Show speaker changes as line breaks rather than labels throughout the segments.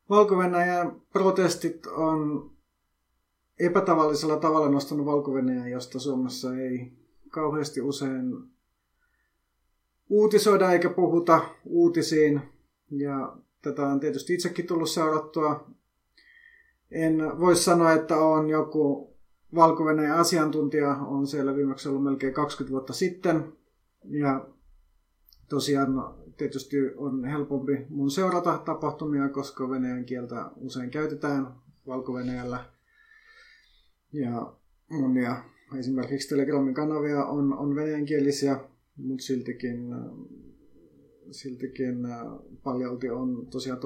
Valko-Venäjän protestit on epätavallisella tavalla nostanut Valko-Venäjän, josta Suomessa ei kauheasti usein uutisoida eikä puhuta uutisiin. Ja tätä on tietysti itsekin tullut seurattua. En voi sanoa, että on joku Valko-Venäjän asiantuntija, on siellä viimeksi ollut melkein 20 vuotta sitten. Ja tosiaan tietysti on helpompi mun seurata tapahtumia, koska venäjän kieltä usein käytetään Valko-Venäjällä. Ja monia esimerkiksi Telegramin kanavia on venäjänkielisiä, mutta siltikin paljolti on tosiaan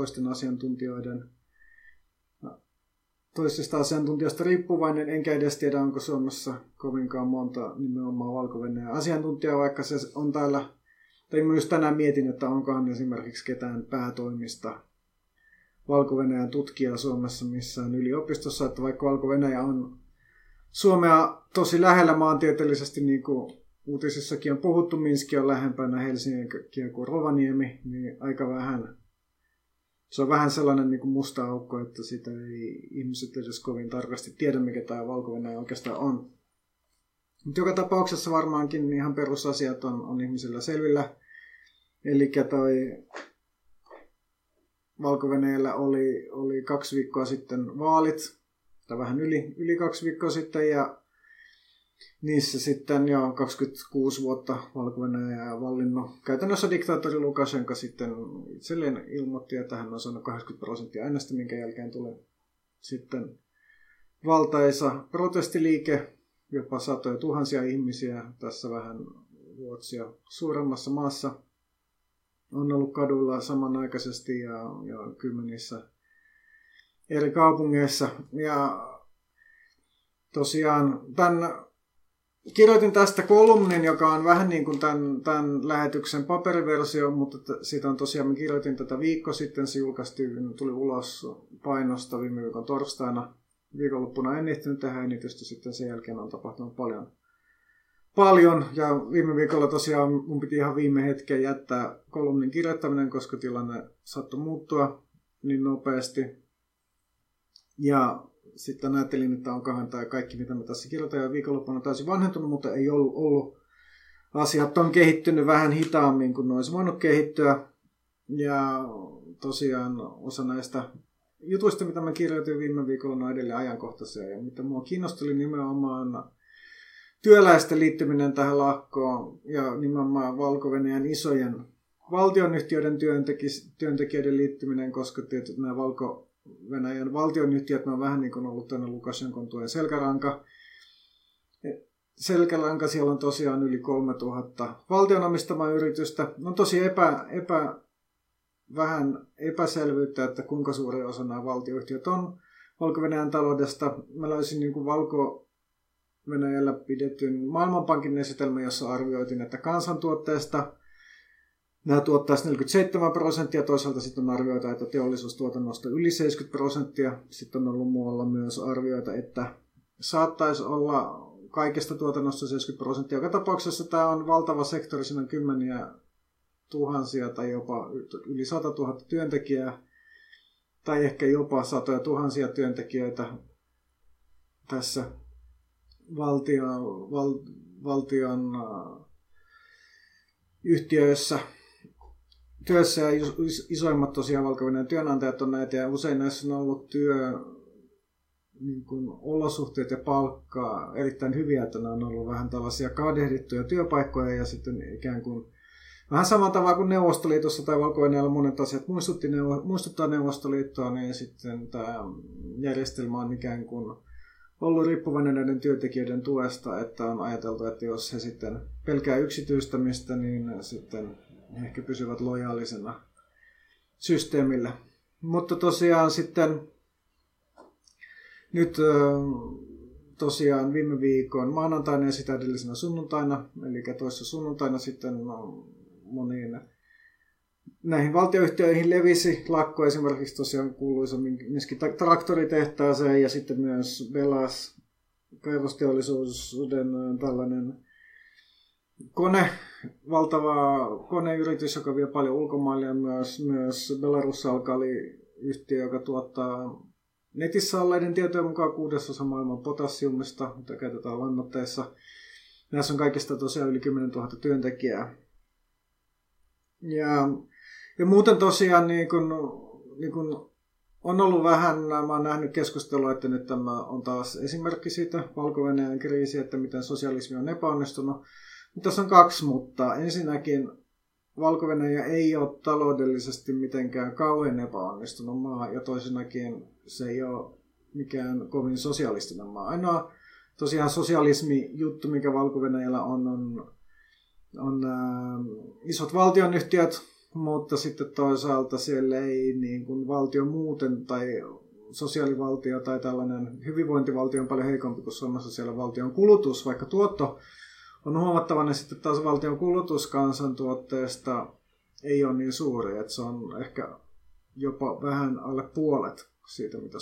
toisesta asiantuntijasta riippuvainen, enkä edes tiedä, onko Suomessa kovinkaan monta nimenomaan Valko-Venäjän asiantuntijaa, vaikka se on täällä, tai myös tänään mietin, että onkohan esimerkiksi ketään päätoimista Valko-Venäjän tutkijaa Suomessa missään yliopistossa, että vaikka Valko-Venäjä on Suomea tosi lähellä maantieteellisesti, niin kuin uutisissakin on puhuttu, Minski on lähempänä Helsinkiä kuin Rovaniemi, niin aika vähän. Se on vähän sellainen niin kuin musta aukko, että sitä ei ihmiset edes kovin tarkasti tiedä, mikä tämä Valko-Venäjä oikeastaan on. Mutta joka tapauksessa varmaankin ihan perusasiat on ihmisillä selvillä. Eli toi Valko-Venäjällä oli 2 viikkoa sitten vaalit, tai vähän yli 2 viikkoa sitten, ja niissä sitten jo 26 vuotta Valko-Venäjää vallinnut. Käytännössä diktaattori Lukashenka sitten itselleen ilmoitti, että hän on saanut 80% äänestä, minkä jälkeen tuli sitten valtaisa protestiliike, jopa satoja tuhansia ihmisiä tässä vähän Ruotsia suuremmassa maassa on ollut kadulla samanaikaisesti ja kymmenissä eri kaupungeissa. Ja tosiaan kirjoitin tästä kolumnin, joka on vähän niin kuin tämän lähetyksen paperiversio, mutta siitä on tosiaan, mä kirjoitin tätä viikko sitten, se julkaistiin, tuli ulos painosta viime viikon torstaina. Viikonloppuna en ehtinyt tehdä enitystä, sitten sen jälkeen on tapahtunut paljon. Ja viime viikolla tosiaan mun piti ihan viime hetken jättää kolumnin kirjoittaminen, koska tilanne saattoi muuttua niin nopeasti. Ja sitten ajattelin, että onkohan tämä kaikki, mitä mä tässä kirjoitan, ja viikonloppuna täysin vanhentunut, mutta ei ollut. Asiat on kehittynyt vähän hitaammin kuin ne olisi voinut kehittyä. Ja tosiaan osa näistä jutuista, mitä mä kirjoitin viime viikolla, on edelleen ajankohtaisia. Ja mitä mua kiinnosteli nimenomaan työläisten liittyminen tähän lakkoon ja nimenomaan Valko-Venäjän isojen valtionyhtiöiden työntekijöiden liittyminen, koska tietysti nämä Valko-Venäjän valtionyhtiöt on vähän niin kuin ollut tänne Lukashenkon tuen selkäranka. Siellä on tosiaan yli 3000 valtion omistamaa yritystä. On tosi vähän epäselvyyttä, että kuinka suuri osa nämä valtioyhtiöt on Valko-Venäjän taloudesta. Mä löysin niin kuin Valko-Venäjällä pidetyn Maailmanpankin esitelmä, jossa arvioitiin, että kansantuotteesta nämä tuottaisi 47%, toisaalta sitten on arvioita, että teollisuustuotannosta yli 70%. Sitten on ollut muualla myös arvioita, että saattaisi olla kaikesta tuotannosta 70%. Joka tapauksessa tämä on valtava sektori, siinä on kymmeniä tuhansia tai jopa yli 100 000 työntekijää, tai ehkä jopa satoja tuhansia työntekijöitä tässä valtion yhtiöissä työssä, ja isoimmat tosiaan Valko-Venäjän työnantajat on näitä, ja usein näissä on ollut niin kuin olosuhteet ja palkkaa erittäin hyviä, että ne on ollut vähän tällaisia kadehdittuja työpaikkoja, ja sitten ikään kuin vähän samalla tavalla kuin Neuvostoliitossa tai Valko-Venäjällä monet asiat muistuttaa Neuvostoliittoa, niin sitten tämä järjestelmä on ikään kuin ollut riippuvainen näiden työntekijöiden tuesta, että on ajateltu, että jos he sitten pelkää yksityistämistä, niin sitten he ehkä pysyvät lojaalisena systeemille. Mutta tosiaan sitten nyt tosiaan viime viikon maanantaina ja sitä edellisenä sunnuntaina, eli toissa sunnuntaina sitten moniin näihin valtioyhtiöihin levisi lakko, esimerkiksi tosiaan kuuluisa Minskin traktoritehtaaseen ja sitten myös Belas, kaivosteollisuuden tällainen valtava koneyritys, joka vie paljon ulkomaille, ja myös Belarus-Alkali yhtiö, joka tuottaa netissä olleiden tietojen mukaan 1/6 maailman potassiumista, mitä käytetään lannoitteissa. Näissä on kaikista tosiaan yli 10 000 työntekijää. Ja muuten tosiaan niin kun on ollut vähän, mä oon nähnyt keskustelua, että nyt tämä on taas esimerkki siitä Valko-Venäjän kriisi, että miten sosialismi on epäonnistunut. Mutta tässä on 2 mutta. Ensinnäkin Valko-Venäjä ei ole taloudellisesti mitenkään kauhean epäonnistunut maa, ja toisenakin se ei ole mikään kovin sosialistinen maa. Ainoa tosiaan sosialismi-juttu, mikä Valko-Venäjällä on isot valtionyhtiöt, mutta sitten toisaalta siellä ei niin kuin valtio muuten tai sosiaalivaltio tai tällainen hyvinvointivaltio on paljon heikompi kuin Suomessa. Siellä valtion kulutus, vaikka tuotto on huomattava, niin sitten taas valtion kulutus kansantuotteesta ei ole niin suuri, että se on ehkä jopa vähän alle puolet siitä, mitä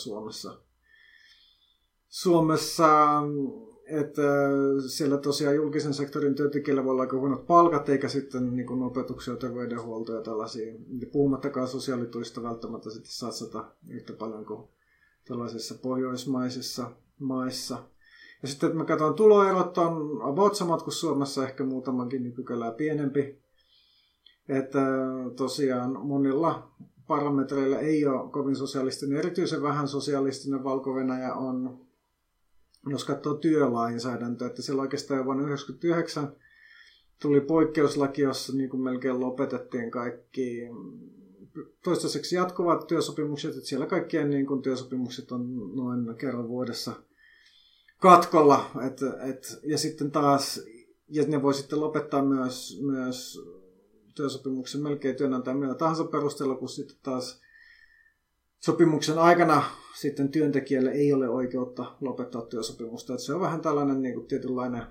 Suomessa, että siellä tosiaan julkisen sektorin työntekijöillä voi olla aika huonot palkat, eikä sitten niin kuin opetuksia, terveydenhuoltoa ja tällaisia. Puhumattakaan sosiaalituista välttämättä sitten satsata yhtä paljon kuin tällaisissa pohjoismaisissa maissa. Ja sitten, että mä katson tuloerot on about samat kuin Suomessa, ehkä muutamankin pykälää pienempi. Että tosiaan monilla parametreilla ei ole kovin sosialistinen. Erityisen vähän sosialistinen Valko-Venäjä on, jos katsoo työlainsäädäntöä, että siellä oikeastaan vuonna 1999 tuli poikkeuslaki, jossa niin kuin melkein lopetettiin kaikki toistaiseksi jatkuvat työsopimukset, että siellä kaikkien niin kuin työsopimukset on noin kerran vuodessa katkolla, ja sitten taas, ja ne voi sitten lopettaa myös työsopimuksen melkein työnantajan millä tahansa perusteella, kun sitten taas sopimuksen aikana sitten työntekijälle ei ole oikeutta lopettaa työsopimusta. Että se on vähän tällainen niin kuin tietynlainen,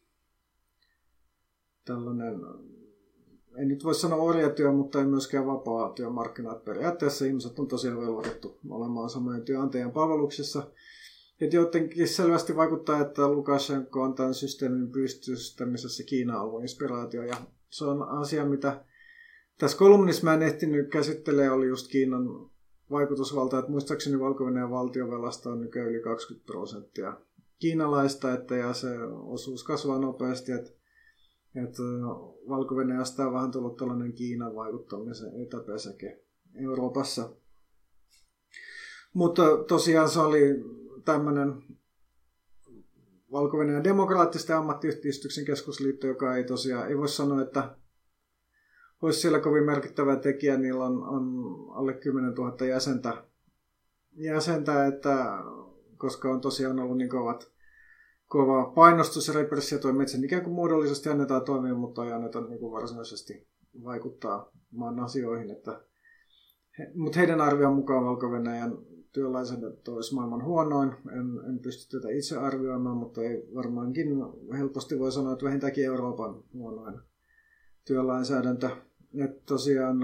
en nyt voi sanoa orjatyö, mutta ei myöskään vapaa työmarkkinat. Periaatteessa ihmiset on tosiaan velvoitettu olemaan samojen työnantajan palveluksessa. Että jotenkin selvästi vaikuttaa, että Lukashenko on tämän systeemin pystystämisessä Kiina ollut inspiraatio. Ja se on asia, mitä tässä kolumnissa mä en ehtinyt käsittelemään, oli just Kiinan vaikutusvalta. Että muistaakseni Valko-Venäjän valtionvelasta on nykyään yli 20% kiinalaista, ja se osuus kasvaa nopeasti. Että Valko-Venäjästä on vähän tullut tällainen Kiinan vaikuttamisen etäpeseke Euroopassa. Mutta tosiaan se oli tämmöinen Valko-Venäjän demokraattisten ammattiyhdistyksen keskusliitto, joka ei tosiaan, ei voi sanoa, että olisi siellä kovin merkittävä tekijä. Niillä on alle 10 000 jäsentä, että koska on tosiaan ollut niin kova painostus ja repressiotoimet, sen ikään kuin muodollisesti annetaan toimia, mutta ei anneta niin kuin varsinaisesti vaikuttaa maan asioihin. Mutta heidän arvion mukaan Valko-Venäjän työlainsäädäntö olisi maailman huonoin. En pysty tätä itse arvioimaan, mutta ei varmaankin helposti voi sanoa, että vähintäänkin Euroopan huonoin työlainsäädäntö. Että tosiaan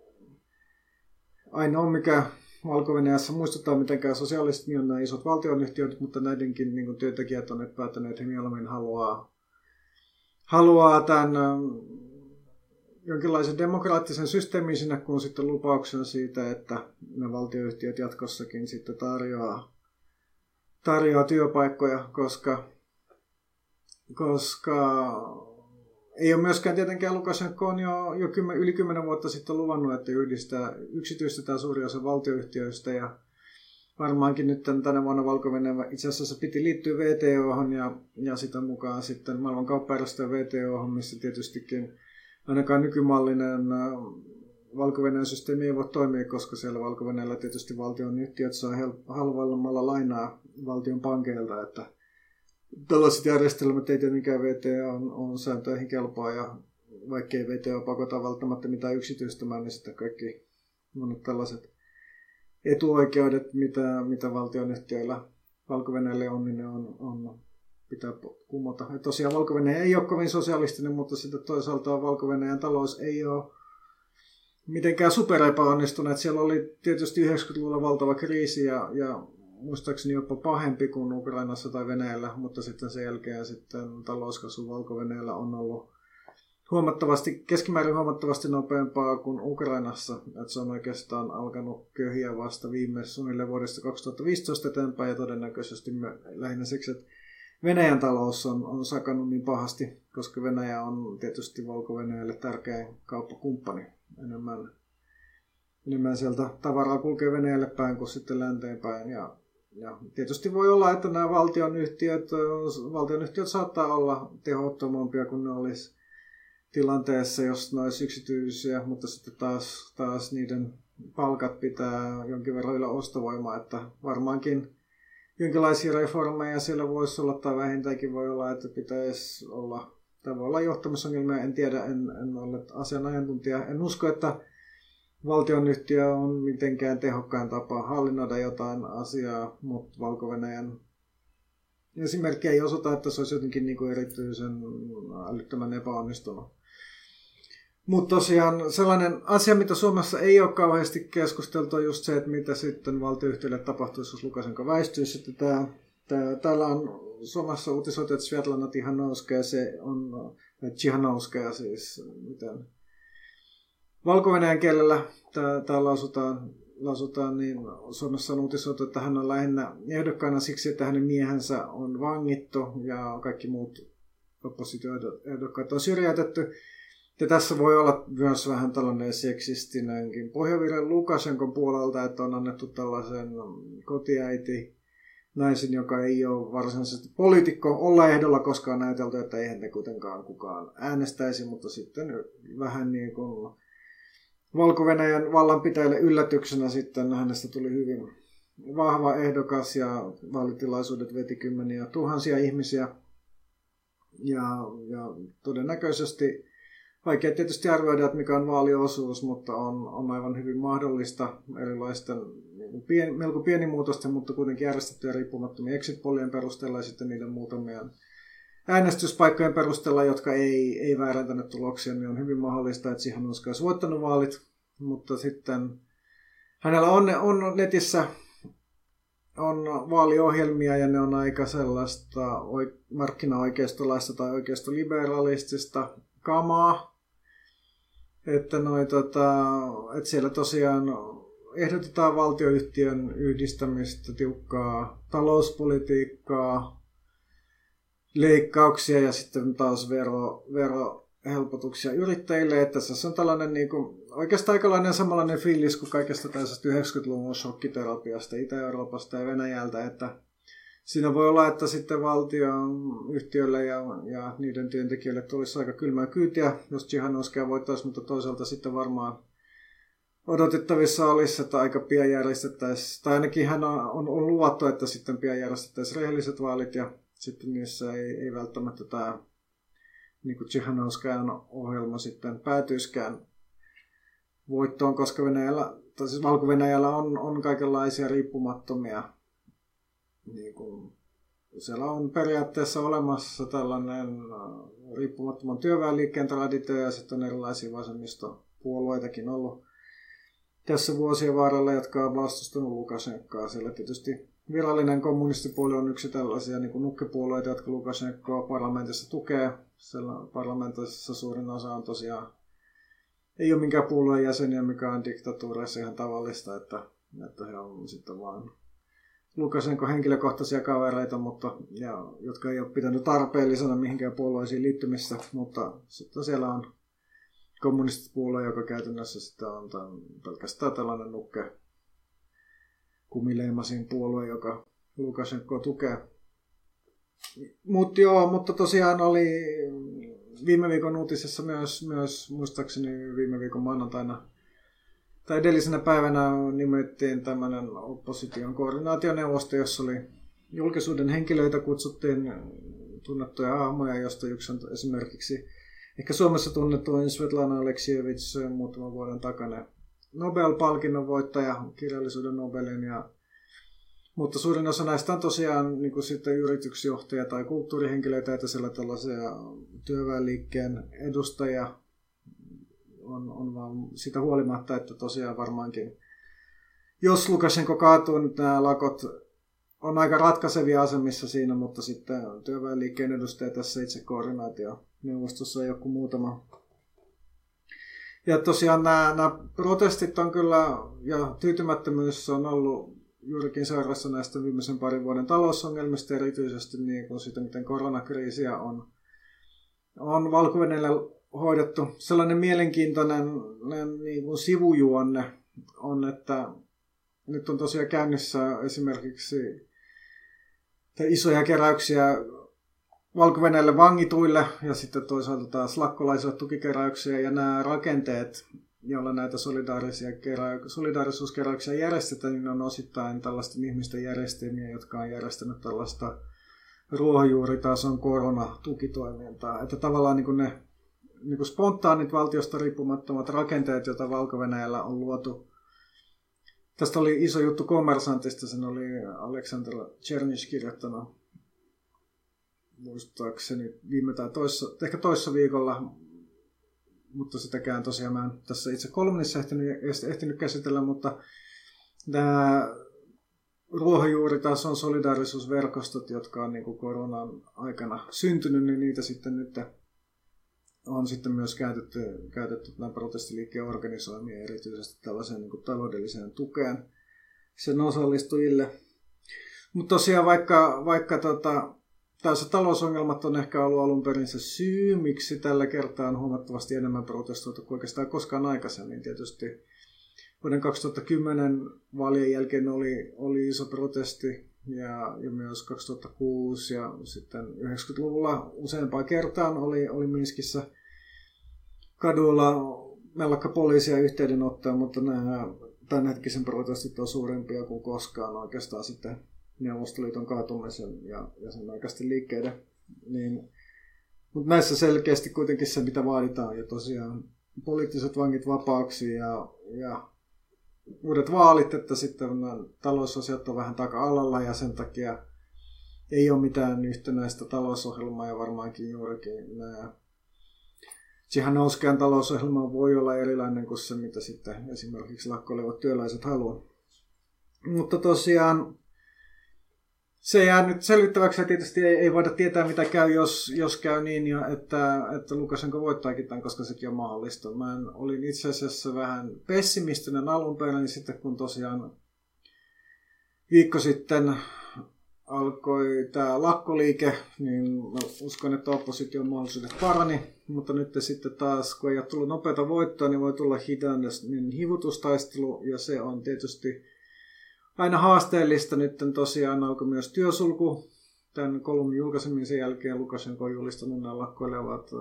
ainoa, mikä Valko-Venäjässä muistuttaa mitenkään sosialismi on nämä isot valtionyhtiöt, mutta näidenkin niin kuin työntekijät on nyt päättäneet, että he mieluummin haluaa tämän jonkinlaisen demokraattisen systeemin sinne, kun sitten lupauksen siitä, että ne valtioyhtiöt jatkossakin sitten tarjoaa työpaikkoja, koska ei ole myöskään tietenkään Lukashenko on jo yli 10 vuotta sitten luvannut, että yksityistetään suuri osa valtioyhtiöistä, ja varmaankin nyt tänä vuonna Valko-Venäjä itse asiassa piti liittyä VTO:hon ja sitä mukaan sitten maailman kauppajärjestöön VTO:hon, missä tietystikin ainakaan nykymallinen Valko-Venäjän systeemi ei voi toimia, koska siellä Valko-Venäjällä tietysti valtion yhtiöt saa halvemmalla lainaa valtion pankeilta, että tällaiset järjestelmät ei tietenkään VTO on sääntöihin kelpaa, ja vaikkei VTO pakota välttämättä mitään yksityistämään, niin sitten kaikki monet tällaiset etuoikeudet, mitä valtionyhtiöillä Valko-Venäjälle on, niin ne on pitää kumota. Ja tosiaan Valko-Venäjä ei ole kovin sosialistinen, mutta sitten toisaalta Valko-Venäjän talous ei ole mitenkään superepäonnistunut. Siellä oli tietysti 90-luvulla valtava kriisi ja muistaakseni jopa pahempi kuin Ukrainassa tai Venäjällä, mutta sitten sen jälkeen sitten talouskasvu Valko-Venäjällä on ollut keskimäärin huomattavasti nopeampaa kuin Ukrainassa. Että se on oikeastaan alkanut köhiä vasta viime suunnilleen vuodesta 2015 eteenpäin ja todennäköisesti lähinnä siksi, että Venäjän talous on sakannut niin pahasti, koska Venäjä on tietysti Valko-Venäjälle tärkein kauppakumppani. Enemmän sieltä tavaraa kulkee Venäjälle päin kuin sitten länteen päin. Ja tietysti voi olla, että nämä valtionyhtiöt saattaa olla tehottomampia kuin ne olisi tilanteessa, jos ne olisi yksityisiä, mutta sitten taas niiden palkat pitää jonkin verran yllä ostovoimaa, että varmaankin jonkinlaisia reformeja siellä voisi olla, tai vähintäänkin voi olla, että pitäisi olla, tai voi olla johtamisongelmia, en tiedä, en ole asianajantuntija. En usko, että valtionyhtiö on mitenkään tehokkain tapa hallinnoida jotain asiaa, mutta Valko-Venäjän esimerkki ei osoita, että se olisi jotenkin niin kuin erityisen älyttömän epäonnistunut. Mutta tosiaan sellainen asia, mitä Suomessa ei ole kauheasti keskusteltu, on just se, että mitä sitten valtioyhtiöille tapahtuisi, jos Lukašenka väistyisi. Täällä on Suomessa uutisoitu, että Sviatlana Tihanovskaja, Tsihanovskaja siis, miten Valko-Venäjän kielellä tää lausutaan, niin Suomessa on uutisoitu, että hän on lähinnä ehdokkaana siksi, että hänen miehensä on vangittu ja kaikki muut oppositioehdokkaat on syrjäytetty. Ja tässä voi olla myös vähän tällainen seksistinenkin pohjavirhe Lukašenkan puolelta, että on annettu tällaisen kotiäiti naisen, joka ei ole varsinaisesti poliitikko, olla ehdolla, koska on ajateltu, että eihän ne kuitenkaan kukaan äänestäisi, mutta sitten vähän niin kuin Valko-Venäjän vallanpitäjille yllätyksenä sitten hänestä tuli hyvin vahva ehdokas ja vaalitilaisuudet veti kymmeniä tuhansia ihmisiä ja todennäköisesti vaikea tietysti arvioida, että mikä on vaaliosuus, mutta on aivan hyvin mahdollista erilaisten melko pienimuutosten, mutta kuitenkin järjestettyjä riippumattomia exit-pollien perusteella ja sitten niiden muutamien äänestyspaikkojen perusteella, jotka ei väärentänyt tuloksia, niin on hyvin mahdollista, että siihen olisi voittanut vaalit, mutta sitten hänellä on netissä on vaaliohjelmia ja ne on aika sellaista markkinaoikeistolaista tai oikeistoliberalistista kamaa, että siellä tosiaan ehdotetaan valtioyhtiön yhdistämistä, tiukkaa talouspolitiikkaa, leikkauksia ja sitten taas verohelpotuksia yrittäjille. Että tässä on tällainen oikeastaan aikalainen samanlainen fiilis kuin kaikesta tällaisesta 90-luvun shokkiterapiasta Itä-Euroopasta ja Venäjältä, että siinä voi olla, että sitten valtioyhtiöille ja niiden työntekijöille tulisi aika kylmää kyytiä, jos Tsihanovskaja voittaisi, mutta toisaalta sitten varmaan odotettavissa olisi, että aika pian järjestettäisiin, tai ainakin hän on luvattu, että sitten pian järjestettäisiin rehelliset vaalit, ja sitten niissä ei välttämättä tämä niin kuin Tsihanovskajan ohjelma sitten päätyiskään voittoon, koska siis Valko-Venäjällä on kaikenlaisia riippumattomia. Niin kuin, siellä on periaatteessa olemassa tällainen riippumattoman työväenliikkeen traditio ja sitten on erilaisia vasemmistopuolueitakin ollut tässä vuosien varrella, jotka on vastustanut Lukašenkaa. Siellä tietysti virallinen kommunistipuolue on yksi tällaisia niin kuin nukkepuolueita, jotka Lukašenkaa parlamentissa tukee. Siellä parlamentissa suurin osa on tosiaan ei ole minkään puolueen jäseniä, mikä on diktatuurissa ihan tavallista, että he on sitten vaan Lukašenko henkilökohtaisia kavereita, jotka ei ole pitänyt tarpeellisena mihinkään puolueisiin liittymistä, mutta sitten siellä on kommunistipuolue, joka käytännössä sitten on pelkästään tällainen nukke kumileimasin puolue, joka Lukašenkoa tukee. Mutta tosiaan oli viime viikon uutisessa myös muistaakseni viime viikon maanantaina tai edellisenä päivänä nimettiin tämmöinen opposition koordinaationeuvosto, jossa oli julkisuuden henkilöitä, kutsuttiin tunnettuja hahmoja, josta yksi on esimerkiksi ehkä Suomessa tunnettu Svetlana Aleksijevits muutaman vuoden takana Nobel-palkinnon voittaja, kirjallisuuden Nobelin, mutta suurin osa näistä on tosiaan niin kuin sitten yritysjohtajia tai kulttuurihenkilöitä, että siellä tällaisia työväenliikkeen edustajia on vaan sitä huolimatta, että tosiaan varmaankin, jos Lukašenko kaatuu, niin nämä lakot on aika ratkaisevia asemissa siinä, mutta sitten työväenliikkeen edustaja tässä itse koordinaationeuvostossa on joku muutama Ja tosiaan nämä protestit on kyllä, ja tyytymättömyys on ollut juurikin seurassa näistä viimeisen parin vuoden talousongelmista, erityisesti niin kuin siitä, miten koronakriisiä on Valko-Venäjällä hoidettu. Sellainen mielenkiintoinen niin kuin sivujuonne on, että nyt on tosiaan käynnissä esimerkiksi isoja keräyksiä Valko-Venäjälle vangituille ja sitten toisaalta taas lakkolaisille tukikeräyksiä ja nämä rakenteet, joilla näitä solidaarisuuskeräyksiä järjestetään, niin on osittain tällaisten ihmisten järjestelmiä, jotka on järjestänyt tällaista ruohonjuuritason koronatukitoimintaa. Että tavallaan niin kuin ne niin kuin spontaanit valtiosta riippumattomat rakenteet, joita Valko-Venäjällä on luotu. Tästä oli iso juttu Kommersantista, sen oli Alexander Chernish kirjoittanut muistaakseni viime tai ehkä toissa viikolla, mutta sitäkään tosiaan mä en tässä itse kolumnissa ehtinyt käsitellä, mutta nämä ruohonjuuritason solidaarisuusverkostot, jotka on niin kuin koronan aikana syntynyt, niin niitä sitten nyt on sitten myös käytetty tämän protestiliikkeen organisoimia erityisesti tällaiseen niin kuin taloudelliseen tukeen sen osallistujille. Mutta tosiaan vaikka tässä talousongelmat on ehkä ollut alun perin se syy, miksi tällä kertaa on huomattavasti enemmän protestoitu kuin oikeastaan koskaan aikaisemmin. Tietysti vuoden 2010 vaalien jälkeen oli iso protesti ja myös 2006 ja sitten 90-luvulla useampaan kertaan oli Minskissä kaduilla mellakka poliisia yhteydenottoa, mutta nämä tämänhetkisen protestit on suurempia kuin koskaan oikeastaan sitten Neuvostoliiton kaatumisen ja sen aikaisten liikkeiden. Mutta näissä selkeästi kuitenkin se, mitä vaaditaan, ja tosiaan poliittiset vangit vapaaksi ja uudet vaalit, että sitten talousasiat on vähän taka-alalla ja sen takia ei ole mitään yhtenäistä talousohjelmaa ja varmaankin juurikin nämä Tsihanouskan talousohjelma voi olla erilainen kuin se, mitä sitten esimerkiksi lakkoilevat työläiset haluaa. Mutta tosiaan se jää nyt selvittäväksi ja tietysti ei voida tietää, mitä käy, jos käy niin, ja että Lukašenka voittaakin tämän, koska sekin on mahdollista. Mä olin itse asiassa vähän pessimistinen alun perin, niin sitten kun tosiaan viikko sitten alkoi tämä lakkoliike, niin mä uskon, että opposition mahdollisuudet parani, mutta nyt sitten taas, kun ei ole tullut nopeata voittoa, niin voi tulla hitainen hivutustaistelu, ja se on tietysti aina haasteellista. Nyt tosiaan alkoi myös työsulku. Tämän kolumnin julkaisemisen jälkeen Lukašenka on julistanut nämä lakkoilevat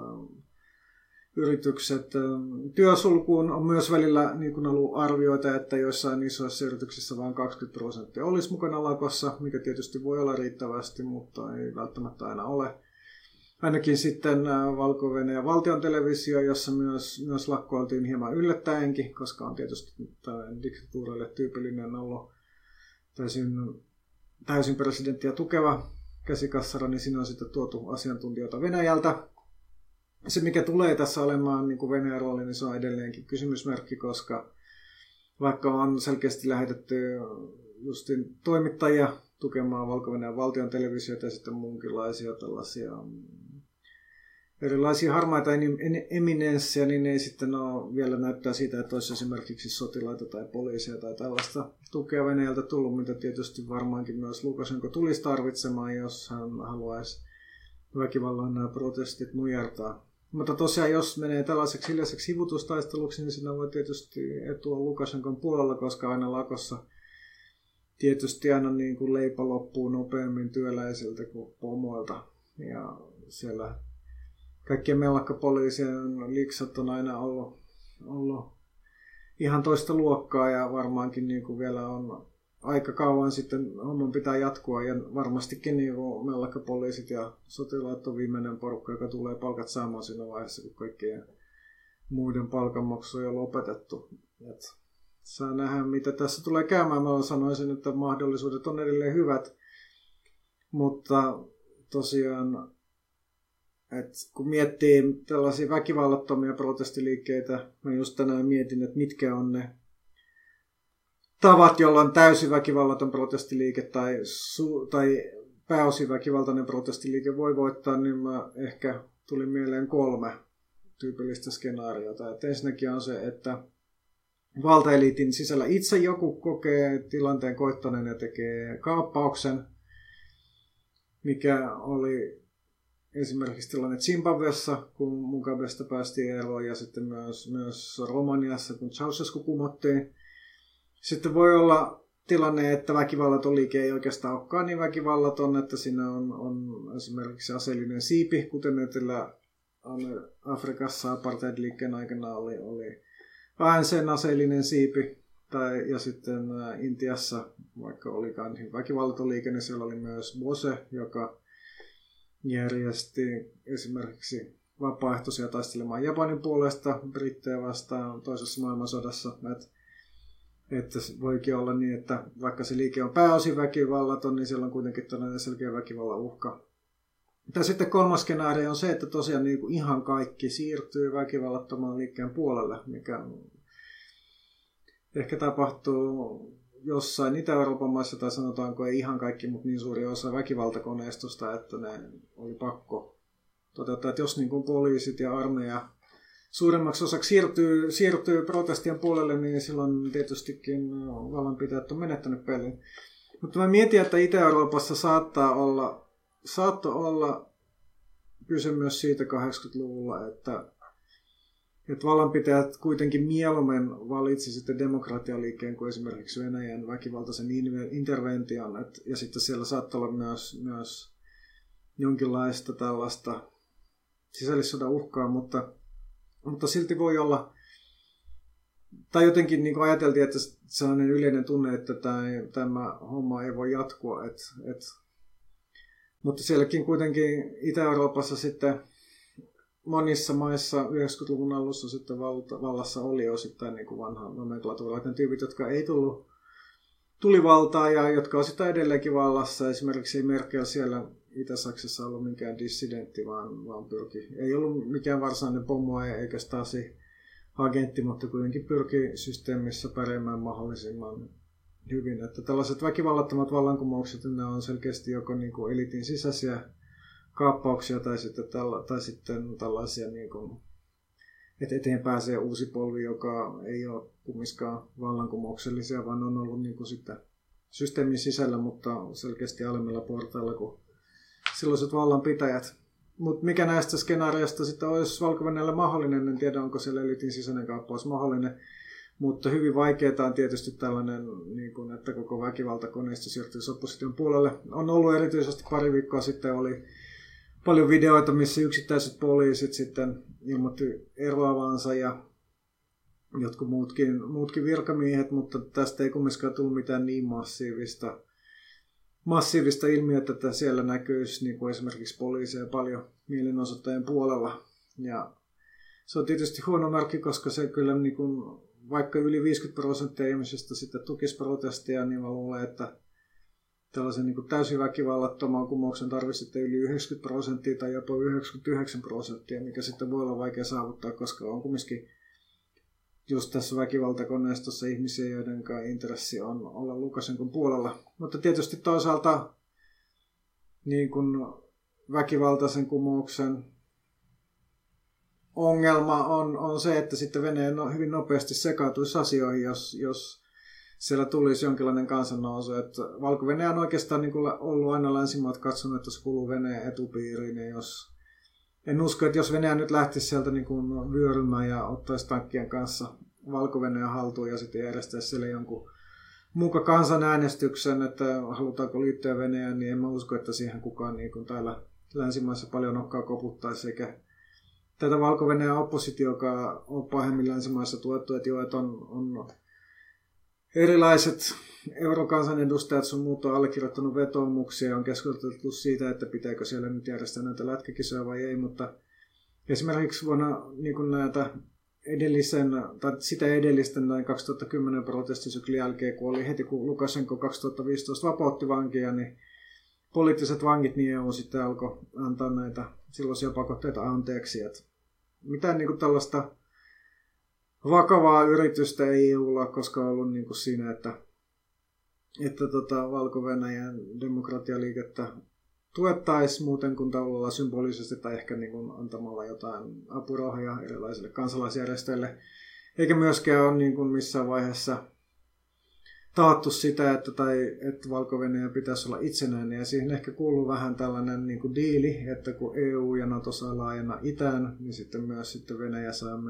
yritykset työsulkuun. On myös välillä niin kuin ollut arvioita, että joissain isoissa yrityksissä vain 20% olisi mukana lakossa, mikä tietysti voi olla riittävästi, mutta ei välttämättä aina ole. Ainakin sitten Valko-Venäjän valtion televisio, jossa myös lakkoiltiin hieman yllättäenkin, koska on tietysti diktatuurille tyypillinen ollut täysin presidenttiä tukeva käsikassara, niin siinä on sitten tuotu asiantuntijoita Venäjältä. Se, mikä tulee tässä olemaan niin kuin Venäjän rooli, niin se on edelleenkin kysymysmerkki, koska vaikka on selkeästi lähetetty justin toimittajia tukemaan Valko-Venäjän valtion televisiota ja sitten muunkinlaisia tällaisia erilaisia harmaita eminenssejä, niin ei sitten ole vielä näyttää siitä, että olisi esimerkiksi sotilaita tai poliisia tai tällaista tukea Venäjältä tullut, mitä tietysti varmaankin myös Lukašenka tulisi tarvitsemaan, jos hän haluaisi väkivallan nämä protestit nujertaa. Mutta tosiaan, jos menee tällaiseksi hiljaiseksi hivutustaisteluksi, niin siinä voi tietysti etua Lukašenkan puolella, koska aina lakossa tietysti aina niin kuin leipä loppuu nopeammin työläisiltä kuin pomoilta. Ja siellä kaikkien mellakkapoliisien liksat on aina ollut ihan toista luokkaa ja varmaankin niin kuin vielä on aika kauan sitten homman pitää jatkua ja varmastikin niin mellakkapoliisit ja sotilaat on viimeinen porukka, joka tulee palkat saamaan siinä vaiheessa, kun kaikkien muiden palkanmaksu on jo lopetettu. Et saa nähdä, mitä tässä tulee käymään. Mä sanoisin, että mahdollisuudet on edelleen hyvät, mutta tosiaan et kun miettii tällaisia väkivallattomia protestiliikkeitä, mä just tänään mietin, että mitkä on ne tavat, jolla on täysin väkivallaton protestiliike tai pääosin väkivaltainen protestiliike voi voittaa, niin mä ehkä tuli mieleen 3. tyypillistä skenaariota. Et ensinnäkin on se, että valtaeliitin sisällä itse joku kokee tilanteen koittaneen ja tekee kaappauksen, mikä oli esimerkiksi tilanne Zimbabwessa, kun Mugabesta päästiin eroon, ja sitten myös Romaniassa, kun Ceausescu kumottiin. Sitten voi olla tilanne, että väkivallaton liike ei oikeastaan olekaan niin väkivallaton, että siinä on esimerkiksi aseellinen siipi, kuten Etelä-Afrikassa apartheid-liikkeen aikana oli ANC:n aseellinen siipi, ja sitten Intiassa, vaikka olikaan niin väkivallaton liike, niin siellä oli myös Bose, joka järjesti esimerkiksi vapaaehtoisia taistelemaan Japanin puolesta brittejä vastaan toisessa maailmansodassa. Että voikin olla niin, että vaikka se liike on pääosin väkivallaton, niin siellä on kuitenkin tällainen selkeä väkivallan uhka. Ja sitten kolmas skenaario on se, että tosiaan niin kuin ihan kaikki siirtyy väkivallattoman liikkeen puolelle, mikä ehkä tapahtuu jossain Itä-Euroopan maissa, tai sanotaanko ei ihan kaikki, mutta niin suuri osa väkivaltakoneistosta, että ne oli pakko toteuttaa. Että jos niin kuin poliisit ja armeija suuremmaksi osaksi siirtyy protestien puolelle, niin silloin tietystikin vallanpitäjät on menettänyt pelin. Mutta mä mietin, että Itä-Euroopassa saattoi olla kyse myös siitä 80-luvulla, että vallanpitäjät kuitenkin mieluummin valitsi sitten demokratialiikkeen kuin esimerkiksi Venäjän väkivaltaisen intervention. Ja sitten siellä saattoi olla myös jonkinlaista tällaista sisällissodan uhkaa, mutta silti voi olla, tai jotenkin niin kuin ajateltiin, että sellainen yleinen tunne, että tämä homma ei voi jatkua. Mutta sielläkin kuitenkin Itä-Euroopassa sitten monissa maissa 90-luvun alussa sitten vallassa oli osittain niin kuin vanha nomenklatuurilainen tyypit, jotka ei tuli valtaan ja jotka on sitten edelleenkin vallassa. Esimerkiksi Merkel siellä Itä-Saksassa ollut mikään dissidentti, vaan pyrki. Ei ollut mikään varsinainen pommo eikä Stasi-agentti, mutta kuitenkin pyrki systeemissä pärjäämään mahdollisimman hyvin. Että tällaiset väkivallattomat vallankumoukset, ne on selkeästi joko niin kuin eliitin sisäisiä kaappauksia tai sitten tällaisia, niin kuin, että eteen pääsee uusi polvi, joka ei ole kumminkaan vallankumouksellisia, vaan on ollut niin kuin sitten systeemin sisällä, mutta selkeästi alemmilla portailla kuin silloiset vallanpitäjät. Mutta mikä näistä skenaarioista sitten olisi Valko-Venäjällä mahdollinen, en tiedä onko siellä eliitin sisäinen kaappaus mahdollinen, mutta hyvin vaikeaa on tietysti tällainen, niin kuin, että koko väkivaltakoneisto siirtyisi opposition puolelle. On ollut erityisesti pari viikkoa sitten oli paljon videoita, missä yksittäiset poliisit sitten ilmoitti eroavansa ja jotkut muutkin virkamiehet, mutta tästä ei kumminkaan tullut mitään niin massiivista ilmiötä, että siellä näkyisi niin kuin esimerkiksi poliiseja paljon mielenosoittajien puolella. Ja se on tietysti huono merkki, koska se kyllä niin kuin, vaikka yli 50% ihmisistä sitten tukisi protestia, niin mä luulen, että tällaisen niin kuin täysin väkivallattoman kumouksen tarvitsisi sitten yli 90% tai jopa 99%, mikä sitten voi olla vaikea saavuttaa, koska on kumminkin just tässä väkivaltakoneistossa ihmisiä, joiden intressi on olla Lukašenkan puolella. Mutta tietysti toisaalta niin kuin väkivaltaisen kumouksen ongelma on se, että sitten Venäjä hyvin nopeasti sekaantuisi asioihin, jos siellä tulisi jonkinlainen kansannousu. Että Valko-Venäjä on oikeastaan niin kuin ollut aina länsimaat katsonut, että se kuuluu Venäjän etupiiriin. Ja en usko, että jos Venäjä nyt lähtisi sieltä niin kuin vyörymään ja ottaisi tankkien kanssa Valko-Venäjän haltuun ja sitten järjestäisi siellä jonkun muka kansanäänestyksen, että halutaanko liittyä Venäjään, niin en mä usko, että siihen kukaan niin kuin täällä länsimaissa paljon nokkaa koputtaisi, eikä tätä Valko-Venäjän oppositiokaan on pahemmin länsimaissa tuettu, että jo, että on erilaiset eurokansanedustajat sun muut on allekirjoittanut vetoomuksia ja on keskusteltu siitä, että pitääkö siellä nyt järjestää näitä lätkäkisoja vai ei, mutta esimerkiksi vuonna niin kuin näitä sitä edellisten 2010 protestisyklin jälkeen, kun oli heti kun Lukašenka 2015 vapautti vankia, niin poliittiset vangit, niin EU sitten alkoi antaa näitä silloisia pakotteita anteeksi. Että mitään niin kuin tällaista vakavaa yritystä ei EUlla koska ollut niin kuin siinä, että Valko-Venäjän demokratialiikettä tuettaisiin muuten kuin tavallaan symbolisesti tai ehkä niin kuin antamalla jotain apurahoja erilaisille kansalaisjärjestöille. Eikä myöskään ole niin kuin missään vaiheessa taattu sitä, että Valko-Venäjä pitäisi olla itsenäinen. Ja siihen ehkä kuuluu vähän tällainen niin kuin diili, että kun EU ja NATO saa laajena itään, niin sitten Venäjä saa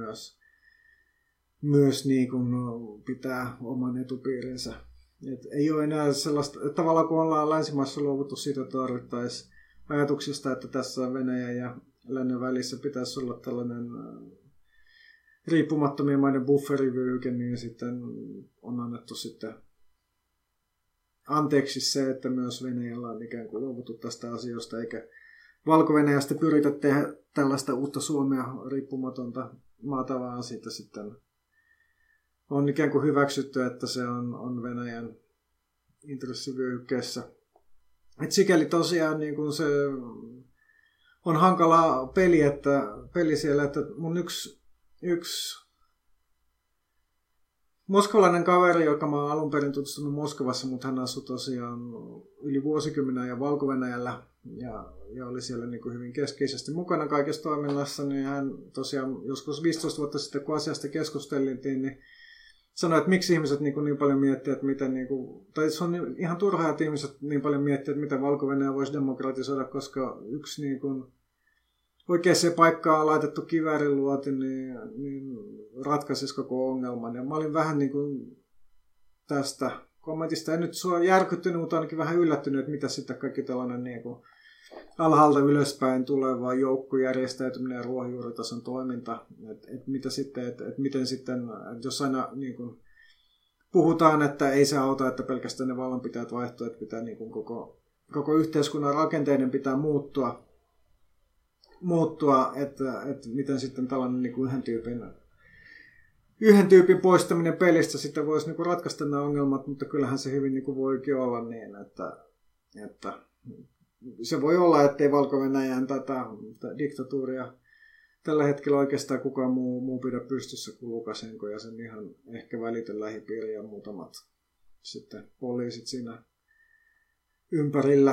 myös niin kuin pitää oman etupiirinsä. Et ei ole enää sellaista, että tavallaan kun ollaan länsimaissa luovuttu siitä, että tarvittaisiin ajatuksista, että tässä Venäjän ja lännen välissä pitäisi olla tällainen riippumattomien maiden bufferivyöhyke, niin sitten on annettu sitten anteeksi se, että myös Venäjällä on ikään kuin luovuttu tästä asiasta, eikä Valko-Venäjästä pyritä tehdä tällaista uutta Suomea riippumatonta maata, vaan siitä sitten on ikään kuin hyväksytty, että se on Venäjän intressivyöhykkeessä. Et sikäli tosiaan niin kun se on hankala peli siellä, että mun yksi moskolainen kaveri, joka mä oon alun perin tutustunut Moskovassa, mutta hän asui tosiaan yli vuosikymmenen ja Valko-Venäjällä ja oli siellä niin kuin hyvin keskeisesti mukana kaikessa toiminnassa, niin hän tosiaan joskus 15 vuotta sitten, kun asiasta keskusteltiin, niin sanoi, että miksi ihmiset niin paljon miettii, että mitä, tai se on ihan turhaa, että ihmiset niin paljon miettii, että mitä Valko-Venäjä voisi demokratisoida, koska yksi niin kuin oikeaan paikkaan laitettu kivääriluoti, niin ratkaisisi koko ongelman. Ja mä olin vähän niin kuin tästä kommentista, en nyt sua järkyttynyt, mutta ainakin vähän yllättynyt, että mitä sitten kaikki tällainen niin kuin alhaalta ylöspäin tuleva joukkojärjestäytyminen ja ruohonjuuritason toiminta, että miten sitten, jos aina niin kuin puhutaan, että ei se auta, että pelkästään ne vallanpitäjät vaihtuu, että pitää niin kuin koko yhteiskunnan rakenteiden pitää muuttua, että miten sitten tällainen niin kuin yhden tyypin poistaminen pelistä sitten voisi niin kuin ratkaista nämä ongelmat, mutta kyllähän se hyvin niin kuin voikin olla niin, että se voi olla, ettei Valko-Venäjän tätä diktatuuria tällä hetkellä oikeastaan kukaan muu pidä pystyssä kuin Lukašenka ja sen ihan ehkä välitön lähipiiri ja muutamat sitten poliisit siinä ympärillä.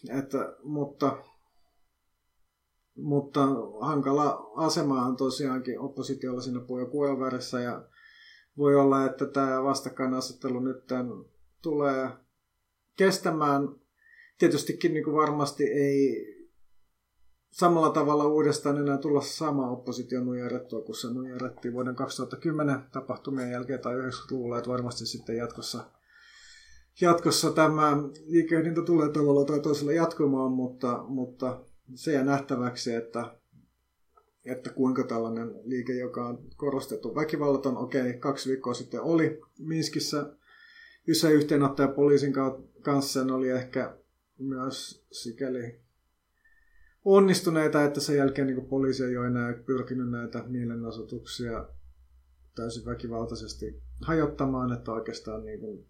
Mutta hankala asema on tosiaankin oppositiolla siinä puolivärissä ja voi olla, että tämä vastakkainasettelu nyt tulee kestämään. Tietystikin niin kuin varmasti ei samalla tavalla uudestaan enää tulla sama oppositio nujerrettua, kun se nujerrettiin vuoden 2010 tapahtumien jälkeen tai 90-luvulla, että varmasti sitten jatkossa tämä liikehdintä tulee tavalla tai toisella jatkumaan, mutta se jää nähtäväksi, että kuinka tällainen liike, joka on korostettu väkivallaton, 2 viikkoa sitten oli Minskissä yhteenottoja poliisin kanssa, ne oli ehkä myös sikäli onnistuneita, että sen jälkeen niin poliisi ei ole enää pyrkinyt näitä mielenosoituksia täysin väkivaltaisesti hajottamaan, että oikeastaan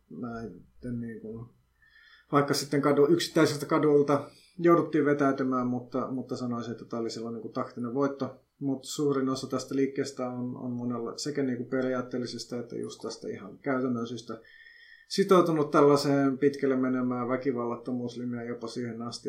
vaikka sitten yksittäisestä kadulta jouduttiin vetäytymään, mutta sanoisin, että tämä oli silloin niin kuin taktinen voitto. Mutta suurin osa tästä liikkeestä on monella sekä niin kuin periaatteellisesta että just tästä ihan käytännön syystä sitoutunut tällaiseen pitkälle menemään väkivallattomuuslinjaan jopa siihen asti,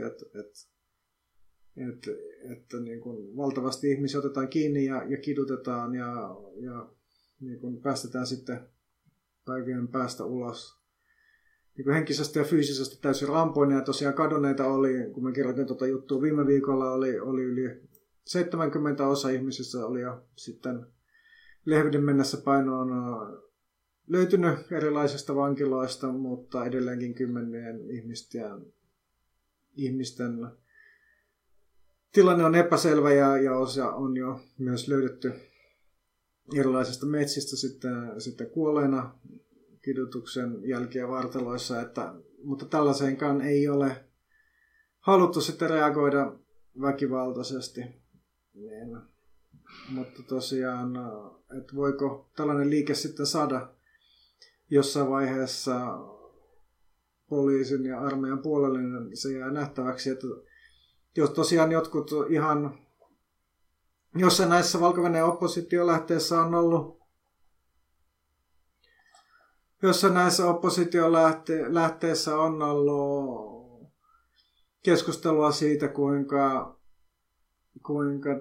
että niin kuin valtavasti ihmisiä otetaan kiinni ja kidutetaan ja niin kuin päästetään sitten päivien päästä ulos niin kuin henkisesti ja fyysisesti täysin rampoina. Ja tosiaan kadonneita oli, kun mä kirjoitin tuota juttua viime viikolla, oli yli 70 osa ihmisistä oli jo sitten lehden mennessä painoon löytynyt erilaisista vankiloista, mutta edelleenkin kymmenien ihmisten tilanne on epäselvä ja osa on jo myös löydetty erilaisista metsistä sitten kuolleena kidutuksen jälkiä vartaloissa, mutta tällaiseenkaan ei ole haluttu sitten reagoida väkivaltaisesti. Niin. Mutta tosiaan, että voiko tällainen liike sitten saada jossain vaiheessa poliisin ja armeijan puolelle, niin se jää nähtäväksi, että jos tosiaan jotkut ihan, jossain näissä Valko-Venäjän oppositiolähteissä on ollut, jossain näissä oppositiolähteissä on ollut keskustelua siitä, kuinka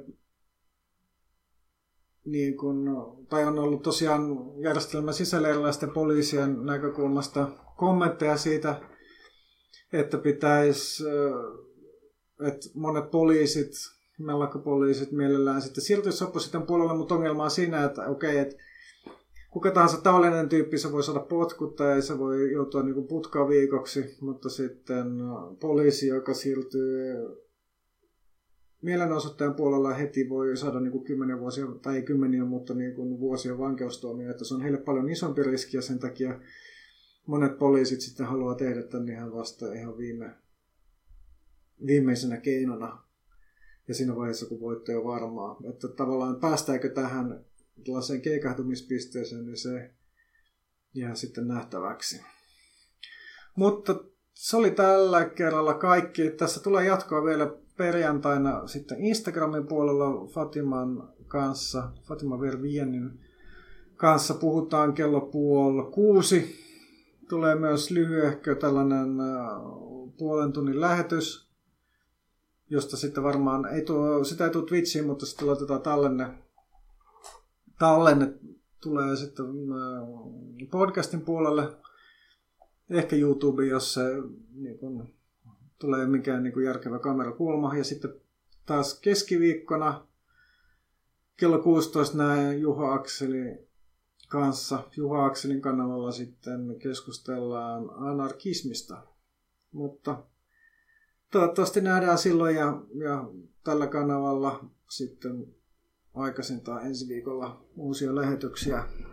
niin kun, tai on ollut tosiaan järjestelmän sisällä erilaisten poliisien näkökulmasta kommentteja siitä, että pitäisi, että monet poliisit, mellakkapoliisit mielellään sitten siirtyisi opposition puolelle, mutta ongelma on siinä, että okei, että kuka tahansa tavallinen tyyppi, se voi saada potkut tai se voi joutua niin kuin putkaan viikoksi, mutta sitten poliisi, joka siirtyy mielenosoittajan puolella heti, voi saada niin kuin 10 vuosia, tai ei kymmeniä, mutta niin kuin vuosia vankeustuomio, että se on heille paljon isompi riski ja sen takia monet poliisit sitten haluaa tehdä tämän ihan vasta ihan viimeisenä keinona ja siinä vaiheessa, kun voitte jo varmaa. Että tavallaan päästäänkö tähän tällaiseen keikahtumispisteeseen, niin se jää sitten nähtäväksi. Mutta se oli tällä kerralla kaikki. Tässä tulee jatkoa vielä perjantaina sitten Instagramin puolella Fatima Vervienin kanssa puhutaan kello 5:30. Tulee myös lyhyehkö tällainen puolen tunnin lähetys, josta sitten varmaan sitä ei tule Twitchiin, mutta sitten laitetaan tallenne tulee sitten podcastin puolelle, ehkä YouTube, jos se niin kun, tulee mikään niin kun järkevä kamerakulma. Ja sitten taas keskiviikkona kello 16 näin Juho Akselin kanavalla sitten keskustellaan anarkismista. Mutta toivottavasti nähdään silloin ja tällä kanavalla sitten aikaisintaan ensi viikolla uusia lähetyksiä.